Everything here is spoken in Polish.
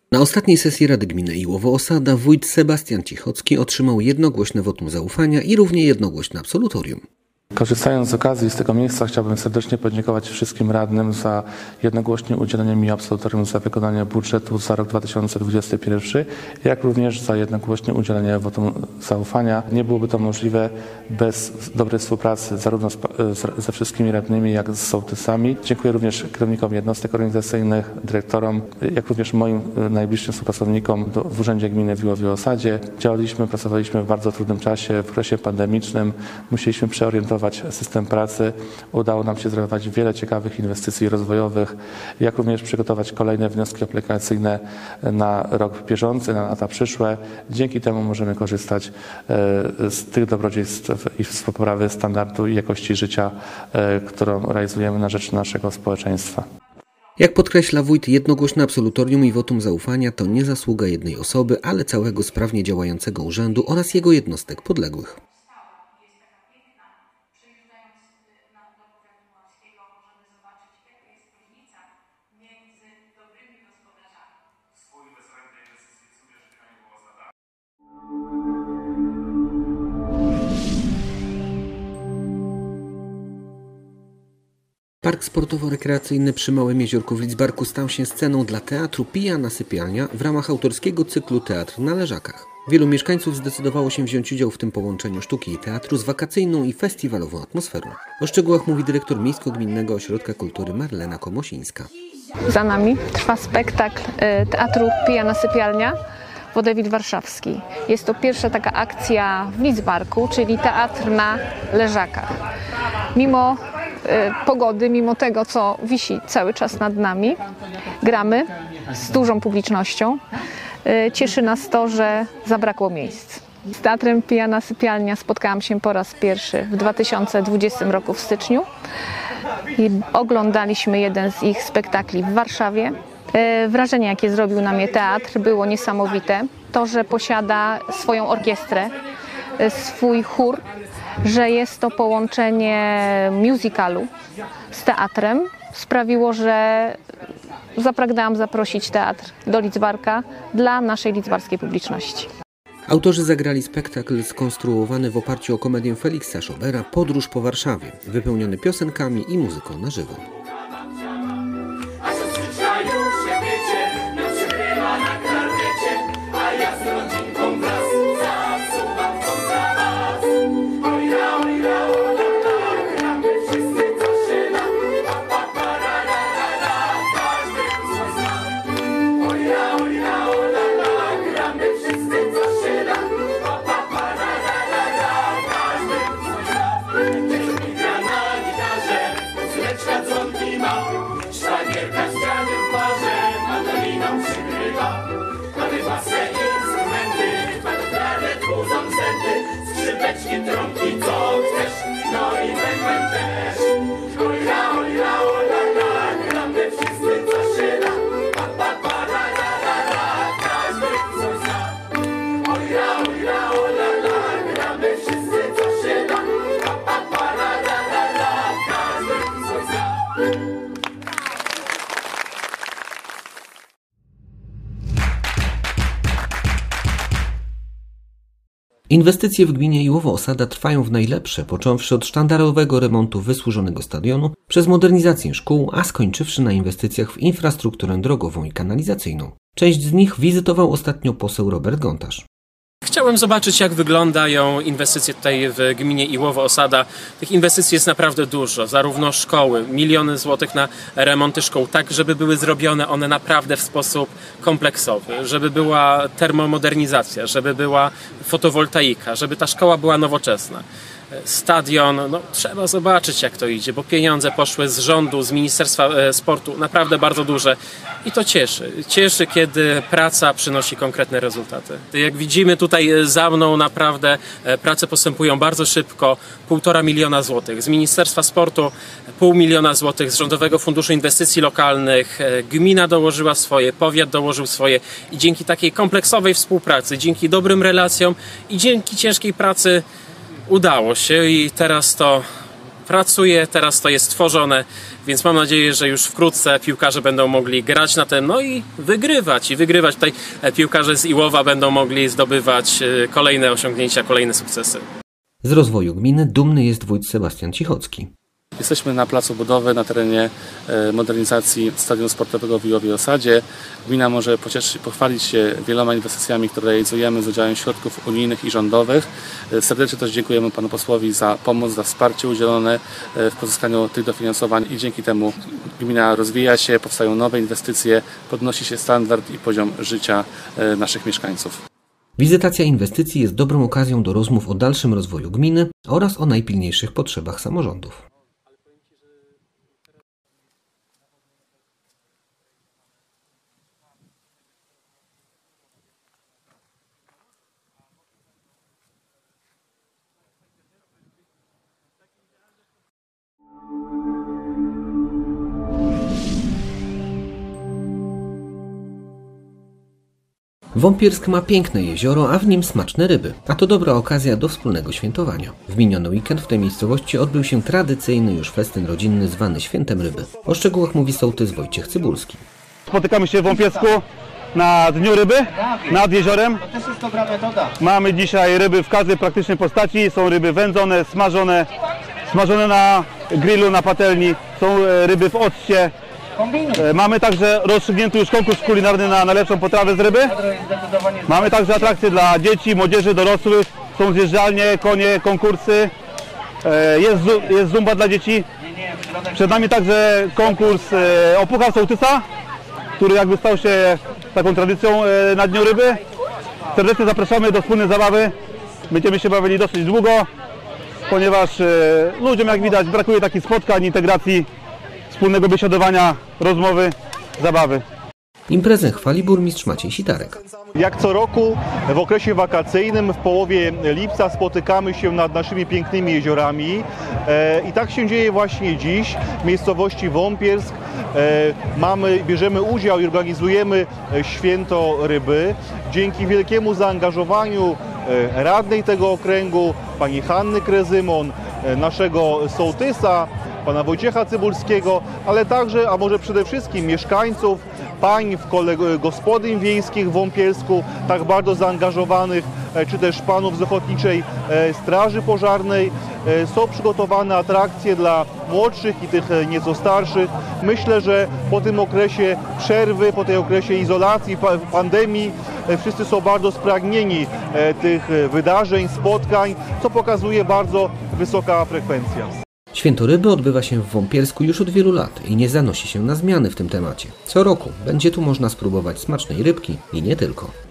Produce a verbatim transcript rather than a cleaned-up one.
Na ostatniej sesji Rady Gminy Iłowo-Osada wójt Sebastian Cichocki otrzymał jednogłośne wotum zaufania i równie jednogłośne absolutorium. Korzystając z okazji z tego miejsca chciałbym serdecznie podziękować wszystkim radnym za jednogłośnie udzielenie mi absolutorium za wykonanie budżetu za rok dwa tysiące dwudziesty pierwszy, jak również za jednogłośnie udzielenie wotum zaufania. Nie byłoby to możliwe bez dobrej współpracy zarówno z, z, ze wszystkimi radnymi, jak z sołtysami. Dziękuję również kierownikom jednostek organizacyjnych, dyrektorom, jak również moim najbliższym współpracownikom w Urzędzie Gminy w Iłowie-Osadzie. Działaliśmy, pracowaliśmy w bardzo trudnym czasie, w okresie pandemicznym. Musieliśmy przeorientować system pracy. Udało nam się zrealizować wiele ciekawych inwestycji rozwojowych, jak również przygotować kolejne wnioski aplikacyjne na rok bieżący, na lata przyszłe. Dzięki temu możemy korzystać z tych dobrodziejstw i z poprawy standardu i jakości życia, którą realizujemy na rzecz naszego społeczeństwa. Jak podkreśla wójt, jednogłośne absolutorium i wotum zaufania to nie zasługa jednej osoby, ale całego sprawnie działającego urzędu oraz jego jednostek podległych. Park sportowo-rekreacyjny przy Małym Jeziorku w Lidzbarku stał się sceną dla teatru Pijana Sypialnia w ramach autorskiego cyklu Teatr na Leżakach. Wielu mieszkańców zdecydowało się wziąć udział w tym połączeniu sztuki i teatru z wakacyjną i festiwalową atmosferą. O szczegółach mówi dyrektor Miejsko-Gminnego Ośrodka Kultury Marlena Komosińska. Za nami trwa spektakl Teatru Pijana Sypialnia Wodewil Warszawski. Jest to pierwsza taka akcja w Lidzbarku, czyli teatr na Leżakach. Mimo pogody, mimo tego, co wisi cały czas nad nami, gramy z dużą publicznością. Cieszy nas to, że zabrakło miejsc. Z Teatrem Pijana Sypialnia spotkałam się po raz pierwszy w dwa tysiące dwudziestym roku w styczniu i oglądaliśmy jeden z ich spektakli w Warszawie. Wrażenie, jakie zrobił na mnie teatr, było niesamowite. To, że posiada swoją orkiestrę, swój chór, że jest to połączenie musicalu z teatrem, sprawiło, że zapragnęłam zaprosić teatr do Lidzbarka dla naszej lidzbarskiej publiczności. Autorzy zagrali spektakl skonstruowany w oparciu o komedię Feliksa Schobera Podróż po Warszawie, wypełniony piosenkami i muzyką na żywo. Skrzypeczki, trąbki, co chcesz, no i bęben też. Ola, ola, ola, la, gramy wszyscy, co się da. Pa, pa, pa, la, la, la, la, każdy coś zna. Ola, ola, ola, la, gramy wszyscy, co się da. Pa, pa, pa, la, la, la, la, każdy coś zna. Inwestycje w gminie Iłowo-Osada trwają w najlepsze, począwszy od sztandarowego remontu wysłużonego stadionu, przez modernizację szkół, a skończywszy na inwestycjach w infrastrukturę drogową i kanalizacyjną. Część z nich wizytował ostatnio poseł Robert Gontarz. Chciałem zobaczyć, jak wyglądają inwestycje tutaj w gminie Iłowo-Osada. Tych inwestycji jest naprawdę dużo, zarówno szkoły, miliony złotych na remonty szkół, tak żeby były zrobione one naprawdę w sposób kompleksowy, żeby była termomodernizacja, żeby była fotowoltaika, żeby ta szkoła była nowoczesna. Stadion, no trzeba zobaczyć, jak to idzie, bo pieniądze poszły z rządu, z Ministerstwa Sportu, naprawdę bardzo duże i to cieszy. Cieszy, kiedy praca przynosi konkretne rezultaty. Jak widzimy tutaj za mną, naprawdę prace postępują bardzo szybko, półtora miliona złotych. Z Ministerstwa Sportu pół miliona złotych, z Rządowego Funduszu Inwestycji Lokalnych, gmina dołożyła swoje, powiat dołożył swoje i dzięki takiej kompleksowej współpracy, dzięki dobrym relacjom i dzięki ciężkiej pracy udało się i teraz to pracuje, teraz to jest tworzone, więc mam nadzieję, że już wkrótce piłkarze będą mogli grać na tym, no i wygrywać. I wygrywać. Tutaj piłkarze z Iłowa będą mogli zdobywać kolejne osiągnięcia, kolejne sukcesy. Z rozwoju gminy dumny jest wójt Sebastian Cichocki. Jesteśmy na placu budowy na terenie modernizacji stadionu sportowego w Iłowie Osadzie. Gmina może pocieszyć, pochwalić się wieloma inwestycjami, które realizujemy z udziałem środków unijnych i rządowych. Serdecznie też dziękujemy panu posłowi za pomoc, za wsparcie udzielone w pozyskaniu tych dofinansowań i dzięki temu gmina rozwija się, powstają nowe inwestycje, podnosi się standard i poziom życia naszych mieszkańców. Wizytacja inwestycji jest dobrą okazją do rozmów o dalszym rozwoju gminy oraz o najpilniejszych potrzebach samorządów. Wąpiersk ma piękne jezioro, a w nim smaczne ryby, a to dobra okazja do wspólnego świętowania. W miniony weekend w tej miejscowości odbył się tradycyjny już festyn rodzinny zwany Świętem Ryby. O szczegółach mówi sołtys Wojciech Cybulski. Spotykamy się w Wąpiersku na Dniu Ryby nad jeziorem. To też jest dobra metoda. Mamy dzisiaj ryby w każdej praktycznej postaci. Są ryby wędzone, smażone, smażone na grillu, na patelni. Są ryby w occie. Mamy także rozstrzygnięty już konkurs kulinarny na najlepszą potrawę z ryby. Mamy także atrakcje dla dzieci, młodzieży, dorosłych. Są zjeżdżalnie, konie, konkursy. Jest, jest zumba dla dzieci. Przed nami także konkurs o Puchar Sołtysa, który jakby stał się taką tradycją na Dniu Ryby. Serdecznie zapraszamy do wspólnej zabawy. Będziemy się bawili dosyć długo, ponieważ ludziom, jak widać, brakuje takich spotkań, integracji, wspólnego biesiadowania, rozmowy, zabawy. Imprezę chwali burmistrz Maciej Sitarek. Jak co roku w okresie wakacyjnym w połowie lipca spotykamy się nad naszymi pięknymi jeziorami i tak się dzieje właśnie dziś w miejscowości Wąpiersk. Mamy, bierzemy udział i organizujemy Święto Ryby. Dzięki wielkiemu zaangażowaniu radnej tego okręgu, pani Hanny Krezymon, naszego sołtysa, pana Wojciecha Cybulskiego, ale także, a może przede wszystkim mieszkańców, pań w kole gospodyń wiejskich w Wąpiersku, tak bardzo zaangażowanych, czy też panów z Ochotniczej Straży Pożarnej. Są przygotowane atrakcje dla młodszych i tych nieco starszych. Myślę, że po tym okresie przerwy, po tej okresie izolacji, pandemii, wszyscy są bardzo spragnieni tych wydarzeń, spotkań, co pokazuje bardzo wysoka frekwencja. Święto Ryby odbywa się w Wąpiersku już od wielu lat i nie zanosi się na zmiany w tym temacie. Co roku będzie tu można spróbować smacznej rybki i nie tylko.